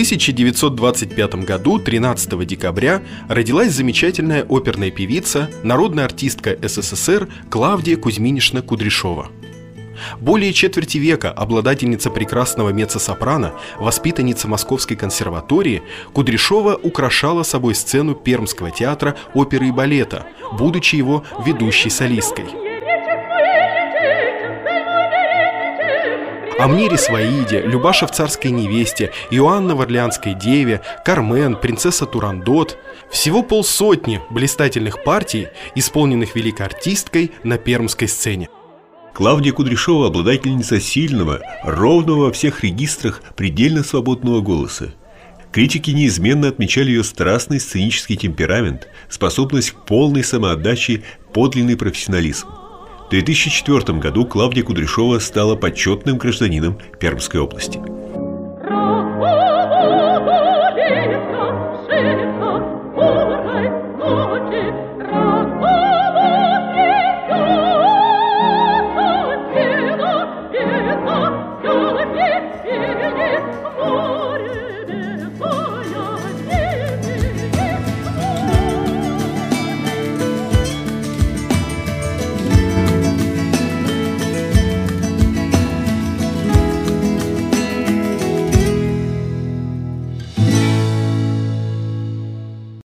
1925 году, 13 декабря, родилась замечательная оперная певица, народная артистка СССР Клавдия Кузьминишна Кудряшова. Более четверти века обладательница прекрасного меццо-сопрано, воспитанница Московской консерватории, Кудряшова украшала собой сцену Пермского театра оперы и балета, будучи его ведущей солисткой. Амнире Сваиде, Любаша в «Царской невесте», Иоанна в «Орлеанской деве», Кармен, принцесса Турандот. Всего полсотни блистательных партий, исполненных великой артисткой на пермской сцене. Клавдия Кудряшова – обладательница сильного, ровного во всех регистрах предельно свободного голоса. Критики неизменно отмечали ее страстный сценический темперамент, способность к полной самоотдаче, подлинный профессионализм. В 2004 году Клавдия Кудряшова стала почетным гражданином Пермской области.